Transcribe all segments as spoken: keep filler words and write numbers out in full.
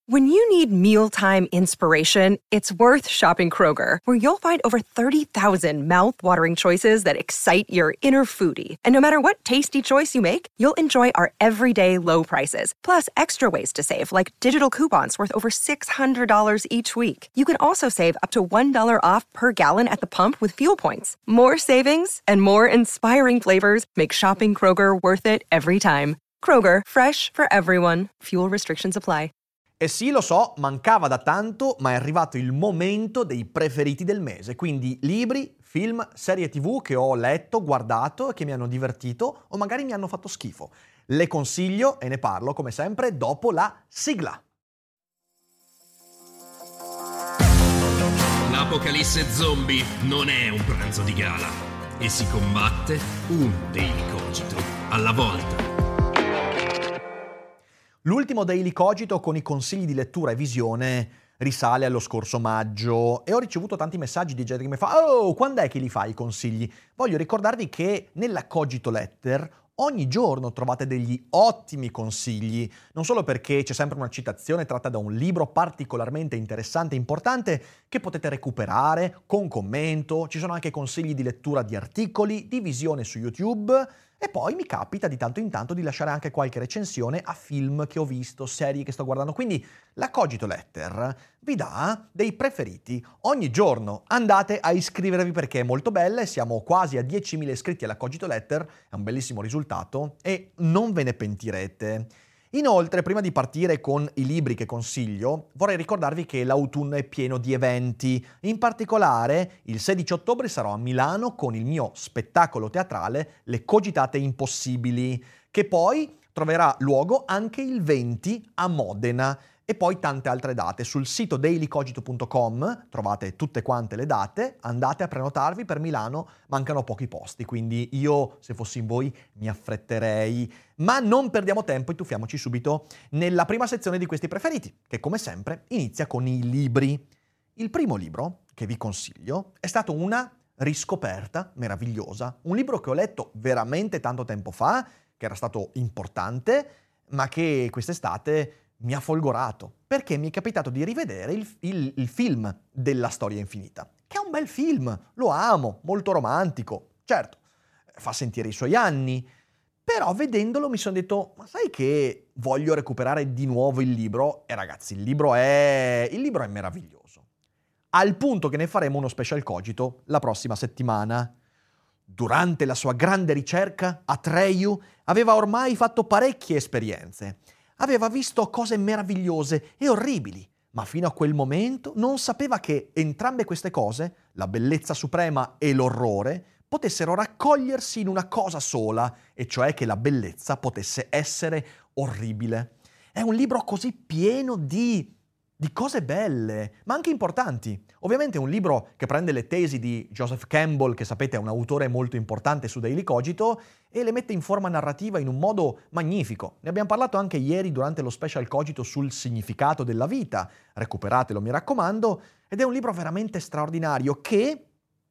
When you need mealtime inspiration, it's worth shopping Kroger, where you'll find over thirty thousand mouth-watering choices that excite your inner foodie. And no matter what tasty choice you make, you'll enjoy our everyday low prices, plus extra ways to save, like digital coupons worth over six hundred dollars each week. You can also save up to one dollar off per gallon at the pump with fuel points. More savings and more inspiring flavors make shopping Kroger worth it every time. Kroger, fresh for everyone. Fuel restrictions apply. E sì, lo so, mancava da tanto, ma è arrivato il momento dei preferiti del mese, quindi libri, film, serie tivù che ho letto, guardato e che mi hanno divertito o magari mi hanno fatto schifo. Le consiglio e ne parlo, come sempre, dopo la sigla. L'apocalisse zombie non è un pranzo di gala e si combatte un Daily Cogito alla volta. L'ultimo Daily Cogito con i consigli di lettura e visione risale allo scorso maggio e ho ricevuto tanti messaggi di gente che mi fa «Oh, quando è che li fai i consigli?» Voglio ricordarvi che nella Cogito Letter ogni giorno trovate degli ottimi consigli, non solo perché c'è sempre una citazione tratta da un libro particolarmente interessante e importante che potete recuperare con commento, ci sono anche consigli di lettura di articoli, di visione su YouTube. E poi mi capita di tanto in tanto di lasciare anche qualche recensione a film che ho visto, serie che sto guardando. Quindi la Cogito Letter vi dà dei preferiti. Ogni giorno andate a iscrivervi perché è molto bella e siamo quasi a diecimila iscritti alla Cogito Letter. È un bellissimo risultato e non ve ne pentirete. Inoltre, prima di partire con i libri che consiglio, vorrei ricordarvi che l'autunno è pieno di eventi. In particolare, il sedici ottobre sarò a Milano con il mio spettacolo teatrale Le Cogitate Impossibili, che poi troverà luogo anche il venti a Modena. E poi tante altre date. Sul sito daily cogito punto com trovate tutte quante le date, andate a prenotarvi per Milano, mancano pochi posti, quindi io, se fossi in voi, mi affretterei. Ma non perdiamo tempo e tuffiamoci subito nella prima sezione di questi preferiti, che come sempre inizia con i libri. Il primo libro che vi consiglio è stato una riscoperta meravigliosa, un libro che ho letto veramente tanto tempo fa, che era stato importante, ma che quest'estate mi ha folgorato, perché mi è capitato di rivedere il, il, il film della Storia Infinita, che è un bel film, lo amo, molto romantico, certo, fa sentire i suoi anni, però vedendolo mi sono detto, ma sai che voglio recuperare di nuovo il libro? E ragazzi, il libro è, il libro è meraviglioso, al punto che ne faremo uno special cogito la prossima settimana. Durante la sua grande ricerca, Atreyu aveva ormai fatto parecchie esperienze. Aveva visto cose meravigliose e orribili, ma fino a quel momento non sapeva che entrambe queste cose, la bellezza suprema e l'orrore, potessero raccogliersi in una cosa sola, e cioè che la bellezza potesse essere orribile. È un libro così pieno di, di cose belle, ma anche importanti. Ovviamente è un libro che prende le tesi di Joseph Campbell, che sapete è un autore molto importante su Daily Cogito, e le mette in forma narrativa in un modo magnifico. Ne abbiamo parlato anche ieri durante lo special Cogito sul significato della vita. Recuperatelo, mi raccomando. Ed è un libro veramente straordinario che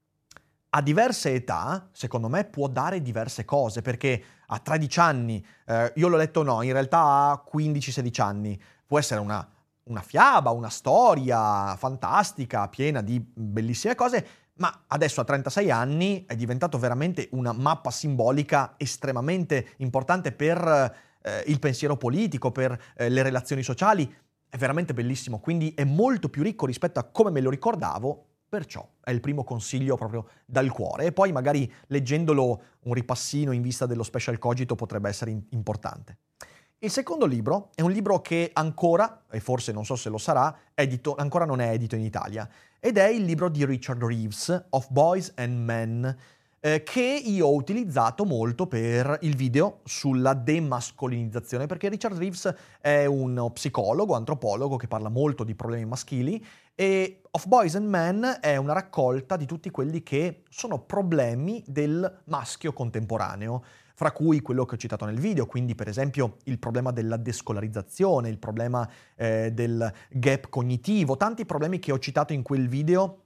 a diverse età, secondo me, può dare diverse cose, perché a tredici anni, eh, io l'ho letto no, in realtà a quindici sedici anni, può essere una, una fiaba, una storia fantastica, piena di bellissime cose, ma adesso a trentasei anni è diventato veramente una mappa simbolica estremamente importante per eh, il pensiero politico, per eh, le relazioni sociali. È veramente bellissimo, quindi è molto più ricco rispetto a come me lo ricordavo, perciò è il primo consiglio proprio dal cuore. E poi magari leggendolo un ripassino in vista dello special cogito potrebbe essere in- importante. Il secondo libro è un libro che ancora, e forse non so se lo sarà, edito, ancora non è edito in Italia, ed è il libro di Richard Reeves, Of Boys and Men, eh, che io ho utilizzato molto per il video sulla demascolinizzazione, perché Richard Reeves è uno psicologo, antropologo, che parla molto di problemi maschili, e Of Boys and Men è una raccolta di tutti quelli che sono problemi del maschio contemporaneo, fra cui quello che ho citato nel video, quindi per esempio il problema della descolarizzazione, il problema eh, del gap cognitivo, tanti problemi che ho citato in quel video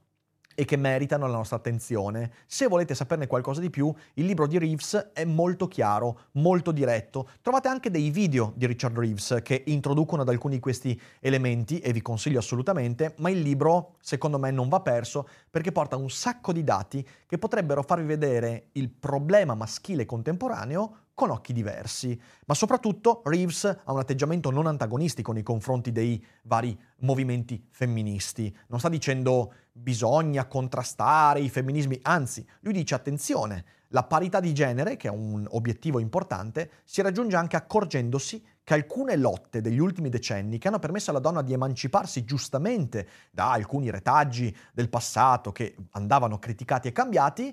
e che meritano la nostra attenzione. Se volete saperne qualcosa di più, il libro di Reeves è molto chiaro, molto diretto. Trovate anche dei video di Richard Reeves che introducono ad alcuni di questi elementi e vi consiglio assolutamente, ma il libro secondo me non va perso perché porta un sacco di dati che potrebbero farvi vedere il problema maschile contemporaneo con occhi diversi, ma soprattutto Reeves ha un atteggiamento non antagonistico nei confronti dei vari movimenti femministi. Non sta dicendo bisogna contrastare i femminismi, anzi, lui dice attenzione, la parità di genere, che è un obiettivo importante, si raggiunge anche accorgendosi che alcune lotte degli ultimi decenni che hanno permesso alla donna di emanciparsi giustamente da alcuni retaggi del passato che andavano criticati e cambiati,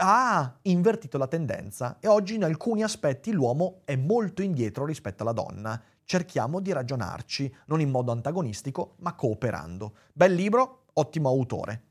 ha invertito la tendenza e oggi in alcuni aspetti l'uomo è molto indietro rispetto alla donna. Cerchiamo di ragionarci, non in modo antagonistico, ma cooperando. Bel libro, ottimo autore.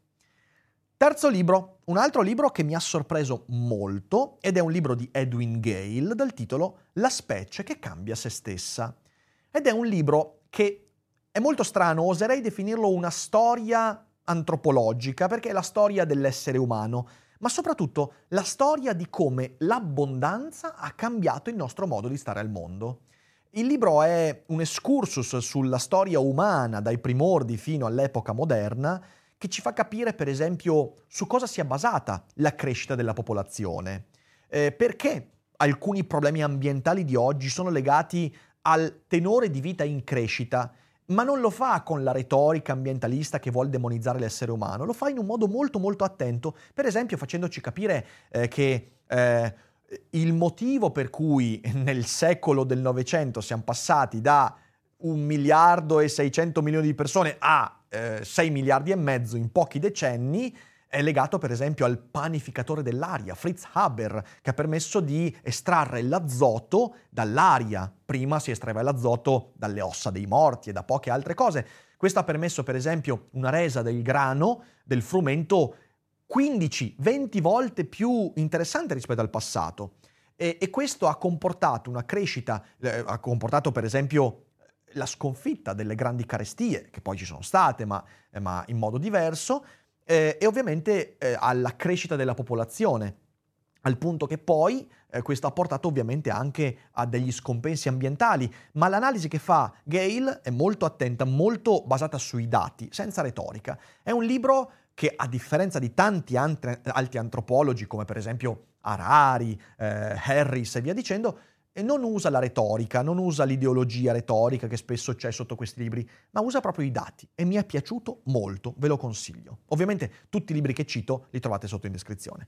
Terzo libro, un altro libro che mi ha sorpreso molto ed è un libro di Edwin Gale dal titolo La specie che cambia se stessa. Ed è un libro che è molto strano, oserei definirlo una storia antropologica perché è la storia dell'essere umano, ma soprattutto la storia di come l'abbondanza ha cambiato il nostro modo di stare al mondo. Il libro è un excursus sulla storia umana dai primordi fino all'epoca moderna che ci fa capire, per esempio, su cosa sia basata la crescita della popolazione. Eh, perché alcuni problemi ambientali di oggi sono legati al tenore di vita in crescita, ma non lo fa con la retorica ambientalista che vuole demonizzare l'essere umano, lo fa in un modo molto molto attento, per esempio facendoci capire eh, che eh, il motivo per cui nel secolo del Novecento siamo passati da un miliardo e seicento milioni di persone a eh, sei miliardi e mezzo in pochi decenni è legato per esempio al panificatore dell'aria, Fritz Haber, che ha permesso di estrarre l'azoto dall'aria. Prima si estraeva l'azoto dalle ossa dei morti e da poche altre cose. Questo ha permesso per esempio una resa del grano, del frumento, quindici venti volte più interessante rispetto al passato. E, e questo ha comportato una crescita, eh, ha comportato per esempio la sconfitta delle grandi carestie, che poi ci sono state, ma, eh, ma in modo diverso, Eh, e ovviamente eh, alla crescita della popolazione, al punto che poi eh, questo ha portato ovviamente anche a degli scompensi ambientali, ma l'analisi che fa Gale è molto attenta, molto basata sui dati, senza retorica. È un libro che, a differenza di tanti altri, altri antropologi, come per esempio Harari, eh, Harris e via dicendo, e non usa la retorica, non usa l'ideologia retorica che spesso c'è sotto questi libri, ma usa proprio i dati e mi è piaciuto molto, ve lo consiglio. Ovviamente tutti i libri che cito li trovate sotto in descrizione.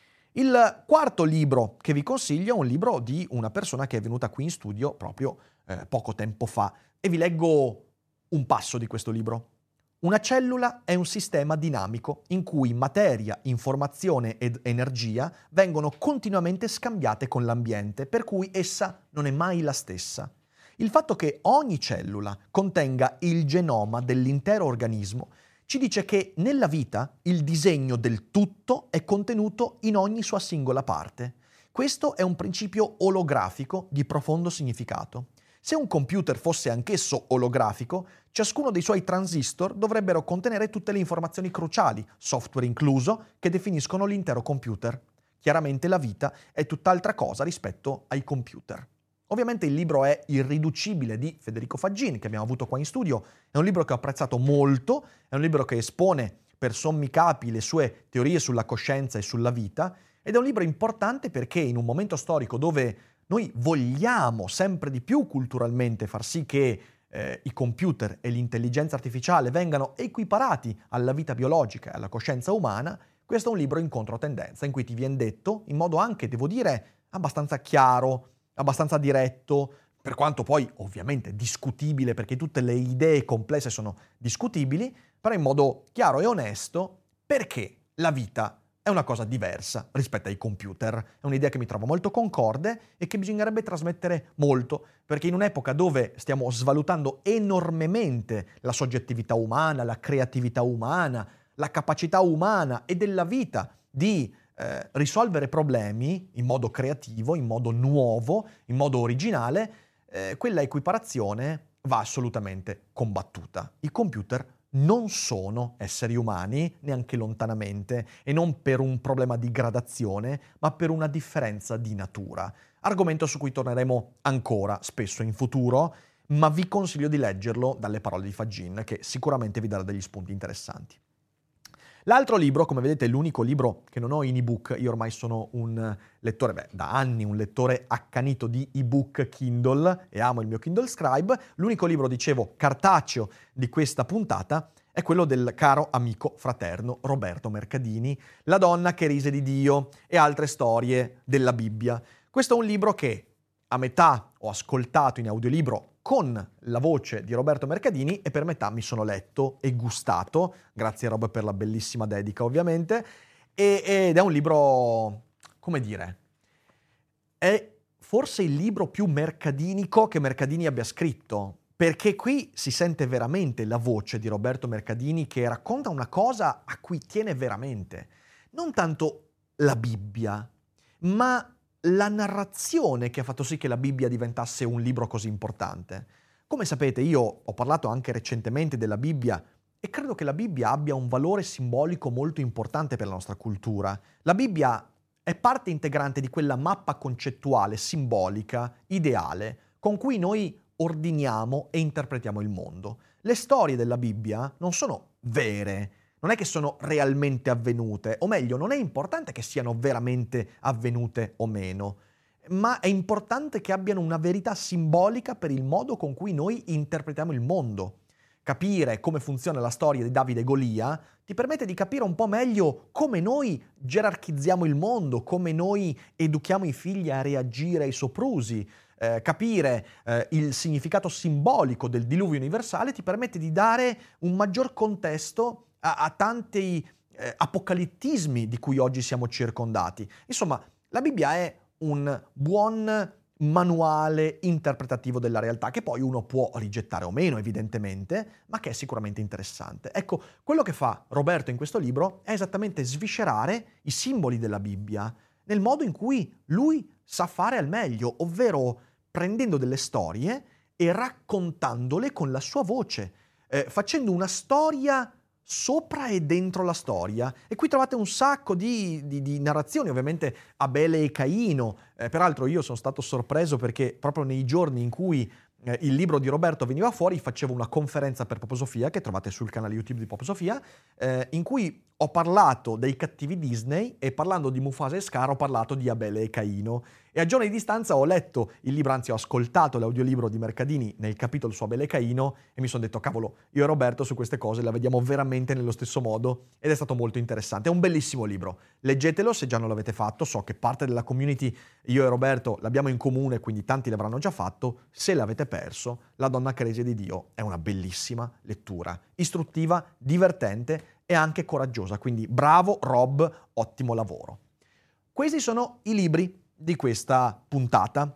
Il quarto libro che vi consiglio è un libro di una persona che è venuta qui in studio proprio eh, poco tempo fa e vi leggo un passo di questo libro. Una cellula è un sistema dinamico in cui materia, informazione ed energia vengono continuamente scambiate con l'ambiente, per cui essa non è mai la stessa. Il fatto che ogni cellula contenga il genoma dell'intero organismo ci dice che nella vita il disegno del tutto è contenuto in ogni sua singola parte. Questo è un principio olografico di profondo significato. Se un computer fosse anch'esso olografico, ciascuno dei suoi transistor dovrebbero contenere tutte le informazioni cruciali, software incluso, che definiscono l'intero computer. Chiaramente la vita è tutt'altra cosa rispetto ai computer. Ovviamente il libro è Irriducibile di Federico Faggin, che abbiamo avuto qua in studio. È un libro che ho apprezzato molto, è un libro che espone per sommi capi le sue teorie sulla coscienza e sulla vita, ed è un libro importante perché in un momento storico dove noi vogliamo sempre di più culturalmente far sì che eh, i computer e l'intelligenza artificiale vengano equiparati alla vita biologica e alla coscienza umana, questo è un libro in controtendenza, in cui ti viene detto, in modo anche, devo dire, abbastanza chiaro, abbastanza diretto, per quanto poi ovviamente discutibile, perché tutte le idee complesse sono discutibili, però in modo chiaro e onesto, perché la vita è una cosa diversa rispetto ai computer. È un'idea che mi trovo molto concorde e che bisognerebbe trasmettere molto, perché in un'epoca dove stiamo svalutando enormemente la soggettività umana, la creatività umana, la capacità umana e della vita di eh, risolvere problemi in modo creativo, in modo nuovo, in modo originale, eh, quella equiparazione va assolutamente combattuta. I computer non sono esseri umani, neanche lontanamente, e non per un problema di gradazione, ma per una differenza di natura. Argomento su cui torneremo ancora spesso in futuro, ma vi consiglio di leggerlo dalle parole di Fagin, che sicuramente vi darà degli spunti interessanti. L'altro libro, come vedete, è l'unico libro che non ho in ebook. Io ormai sono un lettore, beh, da anni un lettore accanito di ebook Kindle e amo il mio Kindle Scribe. L'unico libro, dicevo, cartaceo di questa puntata è quello del caro amico fraterno Roberto Mercadini, La donna che rise di Dio e altre storie della Bibbia. Questo è un libro che a metà ho ascoltato in audiolibro con la voce di Roberto Mercadini e per metà mi sono letto e gustato, grazie a Rob per la bellissima dedica ovviamente, e, ed è un libro, come dire, è forse il libro più mercadinico che Mercadini abbia scritto, perché qui si sente veramente la voce di Roberto Mercadini che racconta una cosa a cui tiene veramente, non tanto la Bibbia, ma la narrazione che ha fatto sì che la Bibbia diventasse un libro così importante. Come sapete, io ho parlato anche recentemente della Bibbia e credo che la Bibbia abbia un valore simbolico molto importante per la nostra cultura. La Bibbia è parte integrante di quella mappa concettuale, simbolica, ideale, con cui noi ordiniamo e interpretiamo il mondo. Le storie della Bibbia non sono vere, non è che sono realmente avvenute, o meglio, non è importante che siano veramente avvenute o meno, ma è importante che abbiano una verità simbolica per il modo con cui noi interpretiamo il mondo. Capire come funziona la storia di Davide e Golia ti permette di capire un po' meglio come noi gerarchizziamo il mondo, come noi educhiamo i figli a reagire ai soprusi. Eh, capire eh, il significato simbolico del diluvio universale ti permette di dare un maggior contesto a, a tanti eh, apocalittismi di cui oggi siamo circondati. Insomma, la Bibbia è un buon manuale interpretativo della realtà, che poi uno può rigettare o meno, evidentemente, ma che è sicuramente interessante. Ecco, quello che fa Roberto in questo libro è esattamente sviscerare i simboli della Bibbia nel modo in cui lui sa fare al meglio, ovvero prendendo delle storie e raccontandole con la sua voce, eh, facendo una storia sopra e dentro la storia. E qui trovate un sacco di, di, di narrazioni, ovviamente Abele e Caino. Eh, peraltro io sono stato sorpreso perché proprio nei giorni in cui eh, il libro di Roberto veniva fuori facevo una conferenza per Poposofia, che trovate sul canale YouTube di Poposofia, eh, in cui ho parlato dei cattivi Disney e parlando di Mufasa e Scar ho parlato di Abele e Caino. E a giorni di distanza ho letto il libro, anzi ho ascoltato l'audiolibro di Mercadini nel capitolo su Abele e Caino e mi sono detto, cavolo, io e Roberto su queste cose la vediamo veramente nello stesso modo ed è stato molto interessante. È un bellissimo libro, leggetelo se già non l'avete fatto, so che parte della community io e Roberto l'abbiamo in comune, quindi tanti l'avranno già fatto. Se l'avete perso, La donna che rese di Dio è una bellissima lettura, istruttiva, divertente e anche coraggiosa, quindi bravo Rob, ottimo lavoro. Questi sono i libri di questa puntata.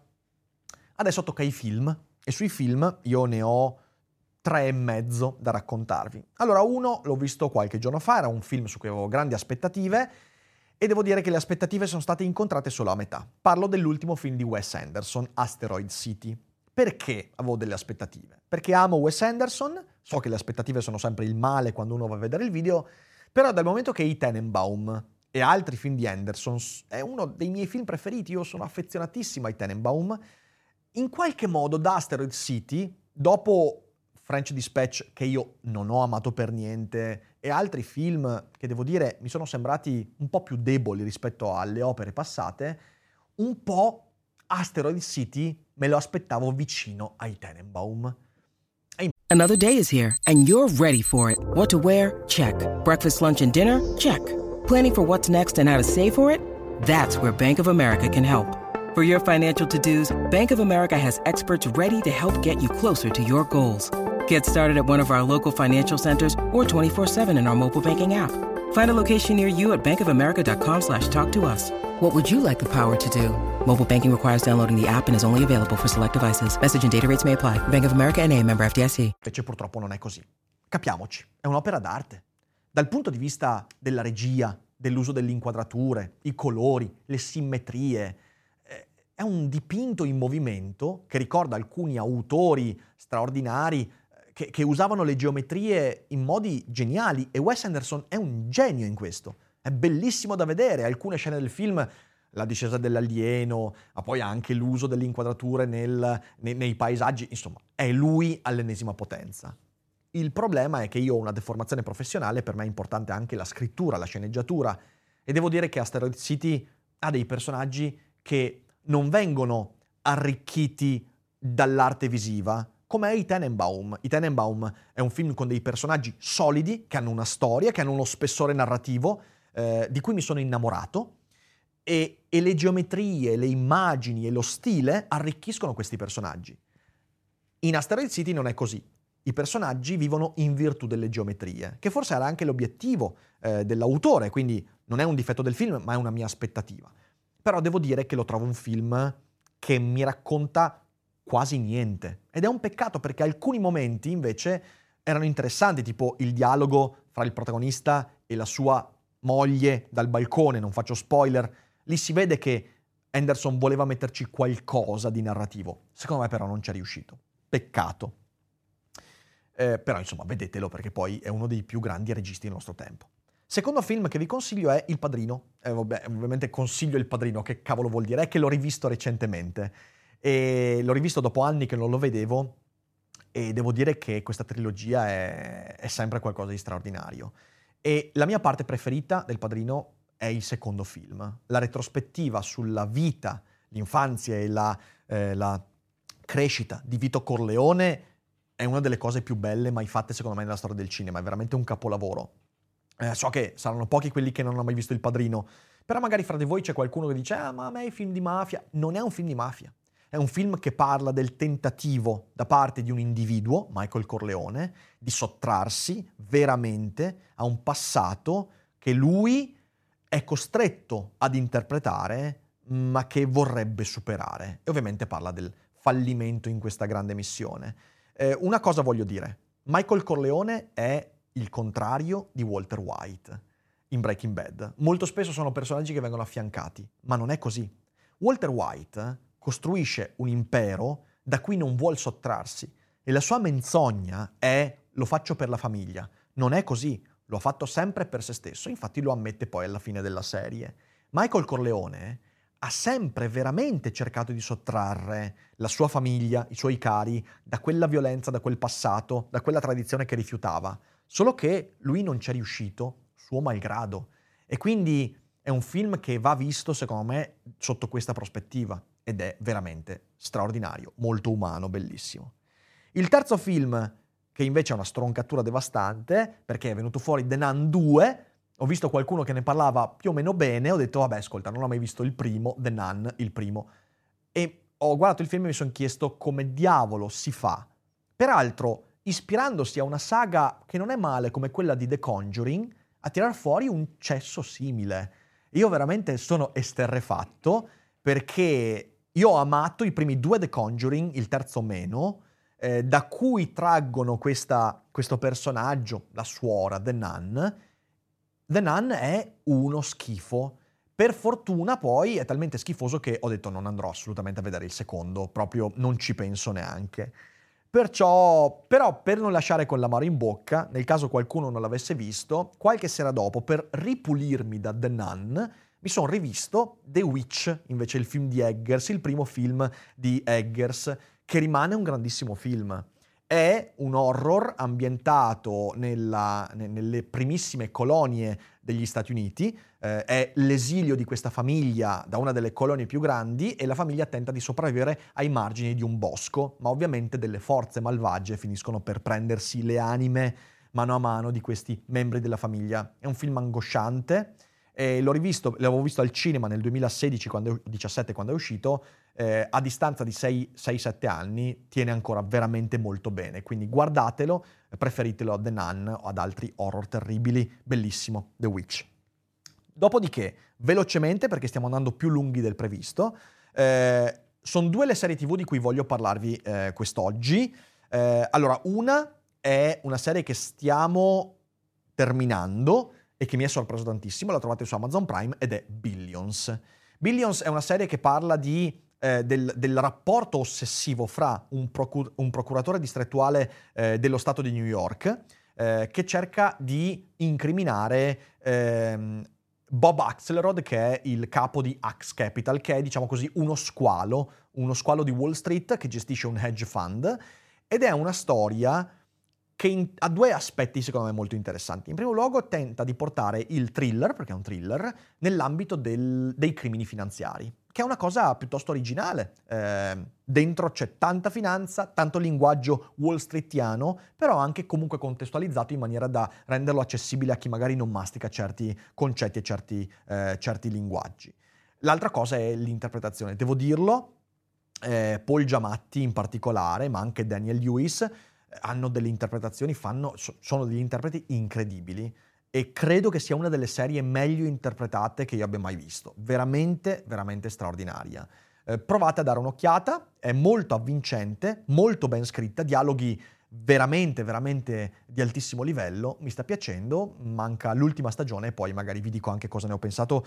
Adesso tocca ai film e sui film io ne ho tre e mezzo da raccontarvi. Allora, uno l'ho visto qualche giorno fa, era un film su cui avevo grandi aspettative e devo dire che le aspettative sono state incontrate solo a metà. Parlo dell'ultimo film di Wes Anderson, Asteroid City. Perché avevo delle aspettative? Perché amo Wes Anderson, so che le aspettative sono sempre il male quando uno va a vedere il video, però dal momento che i Tenenbaum e altri film di Anderson è uno dei miei film preferiti, io sono affezionatissimo ai Tenenbaum, in qualche modo da Asteroid City, dopo French Dispatch, che io non ho amato per niente, e altri film che devo dire mi sono sembrati un po' più deboli rispetto alle opere passate, un po' Asteroid City me lo aspettavo vicino ai Tenenbaum. Another day is here, and you're ready for it. What to wear? Check. Breakfast, lunch, and dinner? Check. Planning for what's next and how to save for it? That's where Bank of America can help. For your financial to-dos, Bank of America has experts ready to help get you closer to your goals. Get started at one of our local financial centers or twenty-four seven in our mobile banking app. Find a location near you at bankofamerica.com slash talk to us. What would you like the power to do? Mobile banking requires downloading the app and is only available for select devices. Message and data rates may apply. Bank of America N A, member F D I C. Invece purtroppo non è così. Capiamoci, è un'opera d'arte. Dal punto di vista della regia, dell'uso delle inquadrature, i colori, le simmetrie, eh, è un dipinto in movimento che ricorda alcuni autori straordinari che, che usavano le geometrie in modi geniali, e Wes Anderson è un genio in questo. È bellissimo da vedere, alcune scene del film, la discesa dell'alieno, ma poi anche l'uso delle inquadrature nel, nei, nei paesaggi, insomma, è lui all'ennesima potenza. Il problema è che io ho una deformazione professionale, per me è importante anche la scrittura, la sceneggiatura, e devo dire che Asteroid City ha dei personaggi che non vengono arricchiti dall'arte visiva, come è I Tenenbaum. I Tenenbaum è un film con dei personaggi solidi, che hanno una storia, che hanno uno spessore narrativo, eh, di cui mi sono innamorato, e, e le geometrie, le immagini e lo stile arricchiscono questi personaggi. In Asteroid City non è così. I personaggi vivono in virtù delle geometrie, che forse era anche l'obiettivo eh, dell'autore, quindi non è un difetto del film, ma è una mia aspettativa. Però devo dire che lo trovo un film che mi racconta quasi niente. Ed è un peccato, perché alcuni momenti invece erano interessanti, tipo il dialogo fra il protagonista e la sua moglie dal balcone, non faccio spoiler. Lì si vede che Anderson voleva metterci qualcosa di narrativo. Secondo me però non ci è riuscito. Peccato. Eh, però insomma, vedetelo, perché poi è uno dei più grandi registi del nostro tempo. Secondo film che vi consiglio è Il Padrino. Eh, vabbè, ovviamente consiglio Il Padrino, che cavolo vuol dire? È che l'ho rivisto recentemente. E l'ho rivisto dopo anni che non lo vedevo, e devo dire che questa trilogia è, è sempre qualcosa di straordinario. E la mia parte preferita del Padrino è il secondo film. La retrospettiva sulla vita, l'infanzia e la, eh, la crescita di Vito Corleone è una delle cose più belle mai fatte, secondo me, nella storia del cinema. È veramente un capolavoro. Eh, so che saranno pochi quelli che non hanno mai visto Il Padrino, però magari fra di voi c'è qualcuno che dice «Ah, ma a me è film di mafia». Non è un film di mafia. È un film che parla del tentativo da parte di un individuo, Michael Corleone, di sottrarsi veramente a un passato che lui è costretto ad interpretare, ma che vorrebbe superare. E ovviamente parla del fallimento in questa grande missione. Eh, una cosa voglio dire. Michael Corleone è il contrario di Walter White in Breaking Bad. Molto spesso sono personaggi che vengono affiancati, ma non è così. Walter White costruisce un impero da cui non vuol sottrarsi, e la sua menzogna è «lo faccio per la famiglia». Non è così, lo ha fatto sempre per se stesso, infatti lo ammette poi alla fine della serie. Michael Corleone ha sempre veramente cercato di sottrarre la sua famiglia, i suoi cari, da quella violenza, da quel passato, da quella tradizione che rifiutava, solo che lui non ci è riuscito, suo malgrado. E quindi è un film che va visto, secondo me, sotto questa prospettiva, ed è veramente straordinario, molto umano, bellissimo. Il terzo film, che invece è una stroncatura devastante, perché è venuto fuori The Nun due, ho visto qualcuno che ne parlava più o meno bene, ho detto vabbè, ascolta, non ho mai visto il primo, The Nun, il primo, e ho guardato il film e mi sono chiesto come diavolo si fa, peraltro ispirandosi a una saga che non è male come quella di The Conjuring, a tirar fuori un cesso simile. Io veramente sono esterrefatto, perché io ho amato i primi due The Conjuring, il terzo meno, eh, da cui traggono questa, questo personaggio, la suora, The Nun. The Nun è uno schifo. Per fortuna poi è talmente schifoso che ho detto non andrò assolutamente a vedere il secondo, proprio non ci penso neanche. Perciò, però, per non lasciare con l'amaro in bocca, nel caso qualcuno non l'avesse visto, qualche sera dopo, per ripulirmi da The Nun, mi sono rivisto The Witch, invece il film di Eggers, il primo film di Eggers, che rimane un grandissimo film. È un horror ambientato nella, nelle primissime colonie degli Stati Uniti, eh, è l'esilio di questa famiglia da una delle colonie più grandi, e la famiglia tenta di sopravvivere ai margini di un bosco, ma ovviamente delle forze malvagie finiscono per prendersi le anime mano a mano di questi membri della famiglia. È un film angosciante, e l'ho rivisto, l'avevo visto al cinema nel duemilasedici, quando, diciassette, quando è uscito, eh, a distanza di sei sette anni, tiene ancora veramente molto bene, quindi guardatelo, preferitelo a The Nun o ad altri horror terribili, bellissimo, The Witch. Dopodiché, velocemente, perché stiamo andando più lunghi del previsto, eh, sono due le serie tivù di cui voglio parlarvi eh, quest'oggi. Eh, allora, una è una serie che stiamo terminando e che mi è sorpreso tantissimo, la trovate su Amazon Prime, ed è Billions. Billions è una serie che parla di eh, del, del rapporto ossessivo fra un, procur- un procuratore distrettuale eh, dello Stato di New York eh, che cerca di incriminare ehm, Bob Axelrod, che è il capo di Axe Capital, che è, diciamo così, uno squalo, uno squalo di Wall Street che gestisce un hedge fund, ed è una storia che in, ha due aspetti secondo me molto interessanti. In primo luogo tenta di portare il thriller, perché è un thriller, nell'ambito del, dei crimini finanziari, che è una cosa piuttosto originale. Eh, dentro c'è tanta finanza, tanto linguaggio wall streetiano, però anche comunque contestualizzato in maniera da renderlo accessibile a chi magari non mastica certi concetti e certi, eh, certi linguaggi. L'altra cosa è l'interpretazione. Devo dirlo, eh, Paul Giamatti in particolare, ma anche Daniel Lewis, hanno delle interpretazioni, fanno, sono degli interpreti incredibili, e credo che sia una delle serie meglio interpretate che io abbia mai visto. Veramente, veramente straordinaria. Eh, provate a dare un'occhiata, è molto avvincente, molto ben scritta, dialoghi veramente, veramente di altissimo livello, mi sta piacendo, manca l'ultima stagione e poi magari vi dico anche cosa ne ho pensato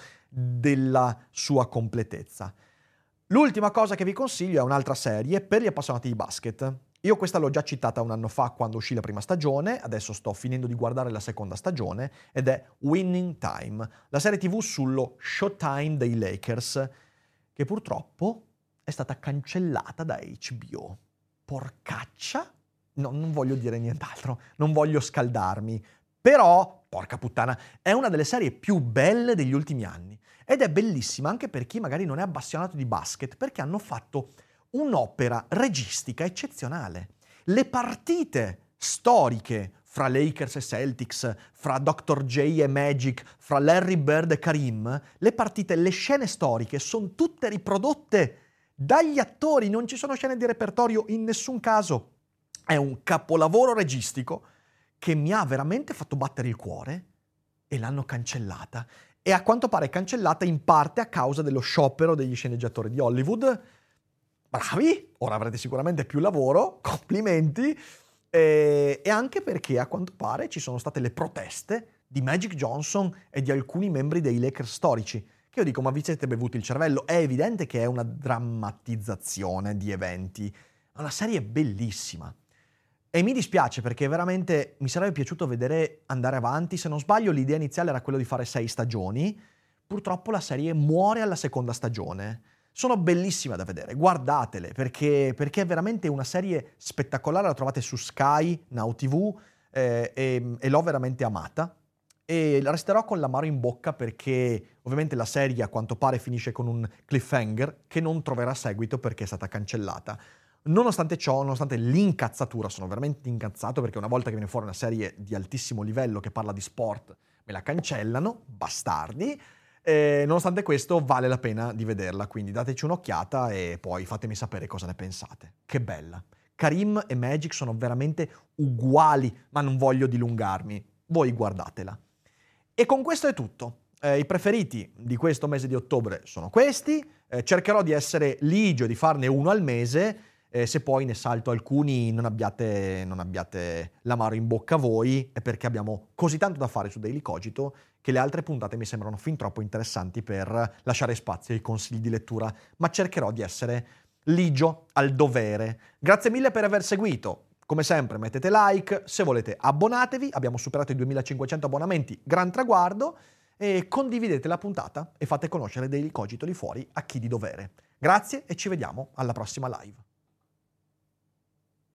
della sua completezza. L'ultima cosa che vi consiglio è un'altra serie per gli appassionati di basket. Io questa l'ho già citata un anno fa quando uscì la prima stagione, adesso sto finendo di guardare la seconda stagione, ed è Winning Time, la serie tivù sullo Showtime dei Lakers, che purtroppo è stata cancellata da H B O. Porcaccia? No, non voglio dire nient'altro, non voglio scaldarmi, però, porca puttana, è una delle serie più belle degli ultimi anni, ed è bellissima anche per chi magari non è appassionato di basket, perché hanno fatto un'opera registica eccezionale. Le partite storiche fra Lakers e Celtics, fra doctor J e Magic, fra Larry Bird e Karim, le partite, le scene storiche sono tutte riprodotte dagli attori, non ci sono scene di repertorio in nessun caso. È un capolavoro registico che mi ha veramente fatto battere il cuore, e l'hanno cancellata. E a quanto pare cancellata in parte a causa dello sciopero degli sceneggiatori di Hollywood. Bravi, ora avrete sicuramente più lavoro, complimenti, e, e anche perché a quanto pare ci sono state le proteste di Magic Johnson e di alcuni membri dei Lakers storici, che io dico, ma vi siete bevuti il cervello? È evidente che è una drammatizzazione di eventi, è una serie bellissima. E mi dispiace perché veramente mi sarebbe piaciuto vedere andare avanti. Se non sbaglio l'idea iniziale era quella di fare sei stagioni, purtroppo la serie muore alla seconda stagione. Sono bellissime da vedere, guardatele, perché, perché è veramente una serie spettacolare, la trovate su Sky, Now tivù, eh, e, e l'ho veramente amata. E resterò con l'amaro in bocca perché ovviamente la serie a quanto pare finisce con un cliffhanger che non troverà seguito perché è stata cancellata. Nonostante ciò, nonostante l'incazzatura, sono veramente incazzato perché una volta che viene fuori una serie di altissimo livello che parla di sport, me la cancellano, bastardi. E nonostante questo vale la pena di vederla, quindi dateci un'occhiata e poi fatemi sapere cosa ne pensate. Che bella. Karim e Magic sono veramente uguali, ma non voglio dilungarmi. Voi guardatela. E con questo è tutto. Eh, I preferiti di questo mese di ottobre sono questi. Eh, cercherò di essere ligio, di farne uno al mese. Eh, se poi ne salto alcuni non abbiate, non abbiate l'amaro in bocca voi, è perché abbiamo così tanto da fare su Daily Cogito che le altre puntate mi sembrano fin troppo interessanti per lasciare spazio ai consigli di lettura, ma cercherò di essere ligio al dovere. Grazie mille per aver seguito. Come sempre mettete like, se volete abbonatevi, abbiamo superato i duemilacinquecento abbonamenti, gran traguardo, e condividete la puntata e fate conoscere Daily Cogito lì fuori a chi di dovere. Grazie e ci vediamo alla prossima live.